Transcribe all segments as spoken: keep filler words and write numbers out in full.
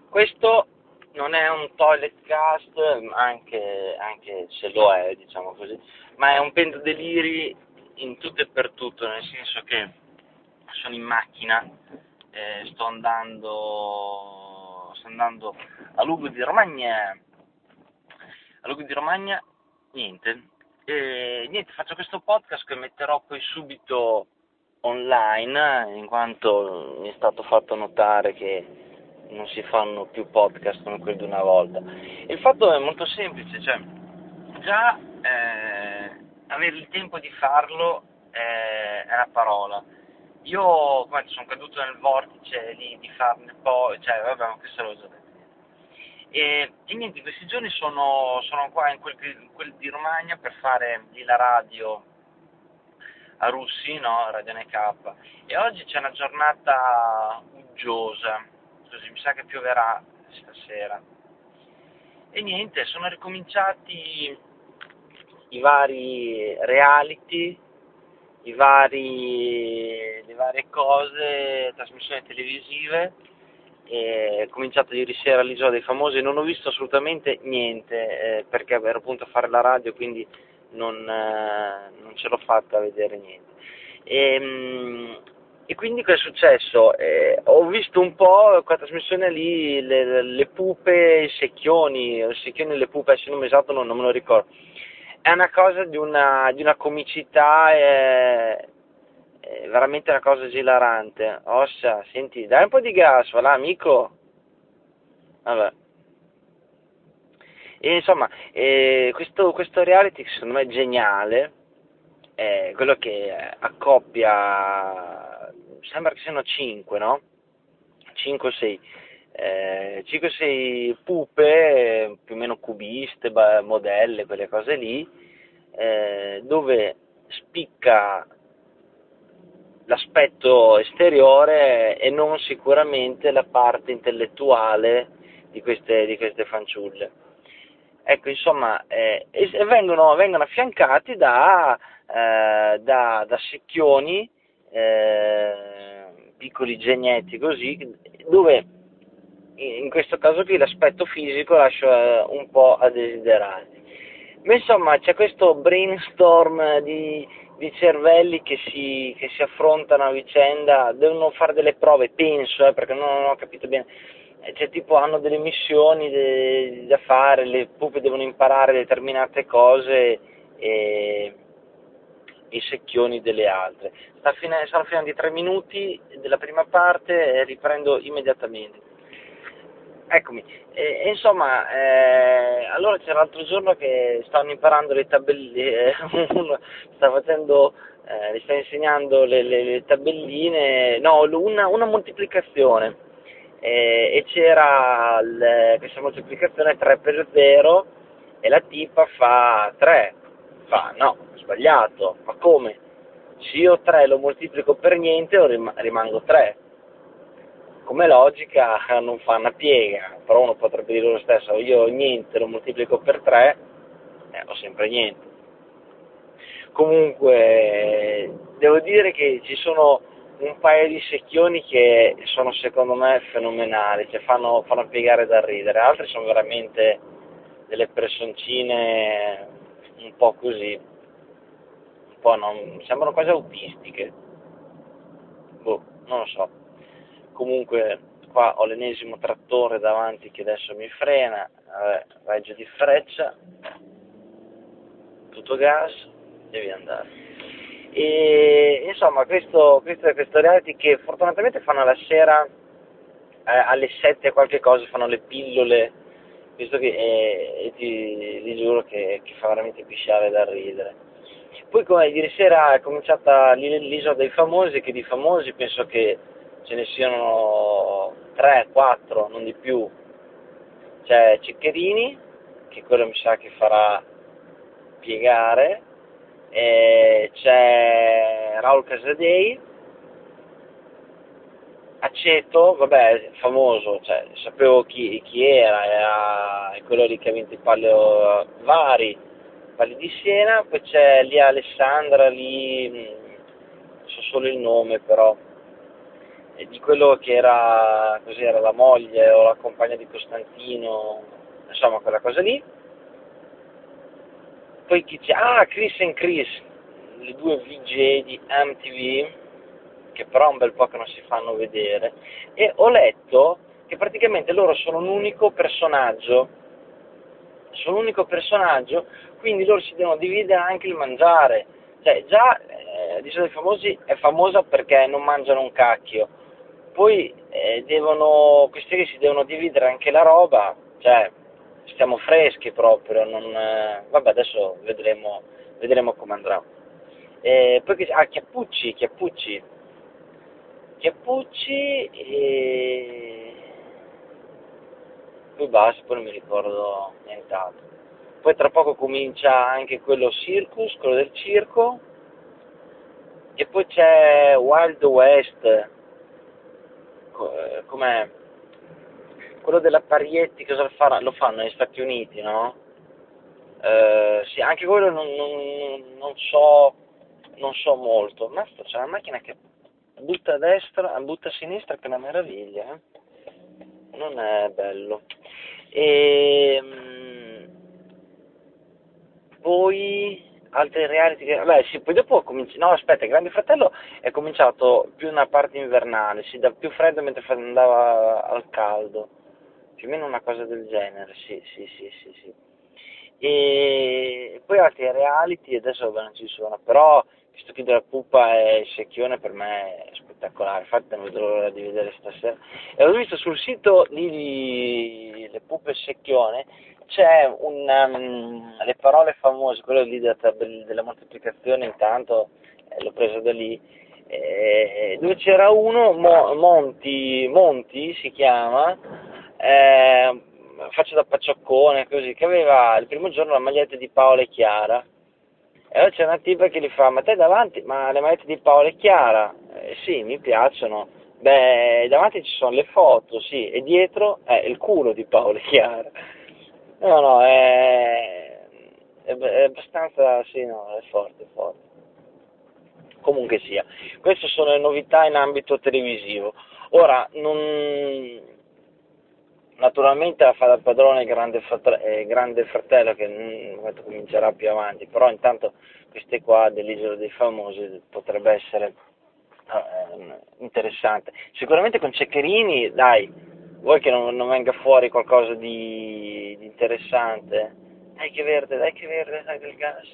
Questo non è un toilet cast, anche, anche se lo è, diciamo così, ma è un pentodeliri in tutto e per tutto, nel senso che sono in macchina, eh, sto andando, sto andando a Lugo di Romagna, a Lugo di Romagna, niente, e niente, faccio questo podcast che metterò poi subito online, in quanto mi è stato fatto notare che non si fanno più podcast come quelli di una volta. Il fatto è molto semplice, cioè già eh, avere il tempo di farlo eh, è la parola. Io come sono caduto nel vortice lì di farne poi, cioè vabbè, ma questo l'ho già detto. E, e niente, in questi giorni sono, sono qua in quel, in quel di Romagna per fare lì la radio a Russi, no? Radio N K. E oggi c'è una giornata uggiosa, così mi sa che pioverà stasera. E niente, sono ricominciati i vari reality, i vari, le varie cose, trasmissioni televisive. E ho cominciato ieri sera all'Isola dei Famosi, non ho visto assolutamente niente, eh, perché ero appunto a fare la radio, quindi non, eh, non ce l'ho fatta a vedere niente. E, mh, e quindi cosa è successo? Eh, ho visto un po' quella trasmissione lì, le, le pupe, i secchioni, i secchioni e le pupe, adesso il nome esatto non, non me lo ricordo. È una cosa di una, di una comicità, eh, è veramente una cosa esilarante. Ossa, senti, dai un po' di gas, va là, amico. Vabbè. E insomma, eh, questo, questo reality secondo me è geniale, è quello che accoppia, sembra che siano cinque, no? cinque o sei. Eh, cinque o sei pupe, eh, più o meno cubiste, ba- modelle, quelle cose lì, eh, dove spicca l'aspetto esteriore e non sicuramente la parte intellettuale di queste, di queste fanciulle. Ecco, insomma, eh, e vengono, vengono affiancati da, eh, da, da secchioni, eh, piccoli genietti così, dove in questo caso qui l'aspetto fisico lascia un po' a desiderare. Ma insomma c'è questo brainstorm di, di cervelli che si, che si affrontano a vicenda, devono fare delle prove, penso, eh, perché non, non ho capito bene, eh, cioè tipo hanno delle missioni de, da fare, le pupe devono imparare determinate cose e i secchioni delle altre. Sta fine, sono finiti tre minuti della prima parte e riprendo immediatamente. Eccomi, e, e insomma, eh, allora c'era l'altro giorno che stavano imparando le tabelline, uno sta facendo, eh, gli sta insegnando le, le, le tabelline, no, una, una moltiplicazione, eh, e c'era il, questa moltiplicazione tre per zero e la tipa fa tre, fa no, ho sbagliato, ma come? Se io tre lo moltiplico per niente rimango tre. Come logica non fa una piega, però uno potrebbe dire lo stesso, io niente lo moltiplico per tre, eh, ho sempre niente. Comunque, devo dire che ci sono un paio di secchioni che sono secondo me fenomenali, cioè fanno, fanno piegare da ridere, altri sono veramente delle personcine un po' così, un po' non, sembrano quasi autistiche, boh, non lo so. Comunque qua ho l'ennesimo trattore davanti che adesso mi frena, vabbè, raggio di freccia, tutto gas e via andare. E insomma questo, questo, questo reality che fortunatamente fanno la sera, eh, alle sette qualche cosa, fanno le pillole, visto che eh, e ti, ti giuro che, che fa veramente pisciare da ridere. Poi come ieri sera è cominciata l'Isola dei Famosi, che di famosi penso che ce ne siano tre, quattro, non di più. C'è Ceccherini, che quello mi sa che farà piegare, e c'è Raul Casadei, Aceto, vabbè, famoso, cioè, sapevo chi, chi era, era quello lì che ha vinto i palio vari, Palli di Siena, poi c'è Lia Alessandra, lì, so solo il nome però, di quello che era, così era la moglie o la compagna di Costantino, insomma quella cosa lì. Poi chi c'è? Ah, Chris and Chris, le due V J di M T V, che però è un bel po' che non si fanno vedere, e ho letto che praticamente loro sono un unico personaggio, sono un unico personaggio, quindi loro si devono dividere anche il mangiare. Cioè, già eh, l'Isola dei Famosi è famosa perché non mangiano un cacchio, poi eh, devono, questi qui si devono dividere anche la roba, cioè stiamo freschi proprio, non, eh, vabbè adesso vedremo, vedremo come andrà. E poi che, ah, Chiappucci, Chiappucci, Chiappucci e poi basta, poi non mi ricordo nient'altro. Poi tra poco comincia anche quello Circus, quello del circo, e poi c'è Wild West, com'è? Quello della Parietti, cosa lo, farà? Lo fanno negli Stati Uniti, no? Eh, sì, anche quello non, non, non so, non so molto. Ma c'è una macchina che butta a destra, butta a sinistra, che è una meraviglia, eh? Non è bello. E poi altri reality che, vabbè sì, poi dopo cominci, no aspetta, il Grande Fratello è cominciato più nella parte invernale, si dà più freddo mentre andava al caldo, più o meno una cosa del genere, sì, sì, sì, sì, sì. E poi altri reality, adesso vabbè non ci sono, però questo qui della pupa e il secchione per me è spettacolare, infatti non vedo l'ora di vedere stasera. E l'ho visto sul sito di, di Le Pupe e il Secchione, c'è un, um, le parole famose, quello lì della, della moltiplicazione, intanto eh, l'ho preso da lì, eh, dove c'era uno, Mo, Monti, Monti si chiama, eh, faccio da paccioccone così, che aveva il primo giorno la maglietta di Paola e Chiara, e allora c'è una tipa che gli fa, ma te davanti, ma le magliette di Paola e Chiara? Eh, sì, mi piacciono. Beh, davanti ci sono le foto, sì, e dietro è il culo di Paola e Chiara. No, no, è, è, è abbastanza, sì, no, è forte, è forte. Comunque sia, queste sono le novità in ambito televisivo. Ora, non, naturalmente la fa da padrone il grande, frate- eh, grande fratello che mm, comincerà più avanti, però intanto queste qua dell'Isola dei Famosi potrebbe essere eh, interessante. Sicuramente con Ceccherini, dai, vuoi che non, non venga fuori qualcosa di, di interessante? Dai che verde, dai che verde, dai del gas.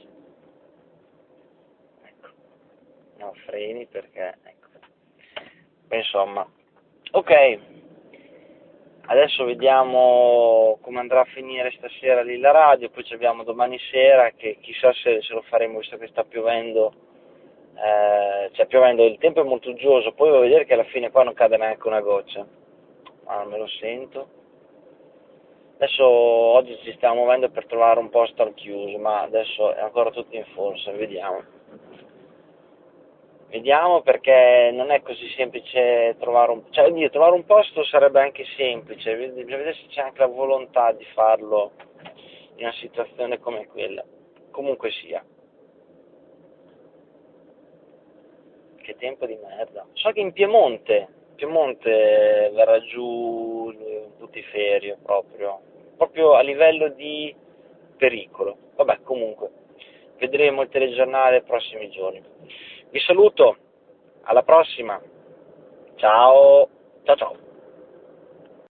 Ecco, no, freni perché, ecco. Beh, insomma, ok. Adesso vediamo come andrà a finire stasera lì la radio, poi ci abbiamo domani sera che chissà se, se lo faremo visto che sta piovendo, eh, cioè piovendo, il tempo è molto uggioso, poi devo vedere che alla fine qua non cade neanche una goccia, ah, non me lo sento. Adesso oggi ci stiamo muovendo per trovare un posto al chiuso, ma adesso è ancora tutto in forza, vediamo. Vediamo perché non è così semplice trovare un, cioè oddio, trovare un posto sarebbe anche semplice, bisogna vedere se c'è anche la volontà di farlo in una situazione come quella. Comunque sia, che tempo di merda. So che in Piemonte, Piemonte verrà giù il putiferio proprio, proprio a livello di pericolo. Vabbè, comunque, vedremo il telegiornale nei prossimi giorni. Vi saluto, alla prossima, ciao, ciao ciao.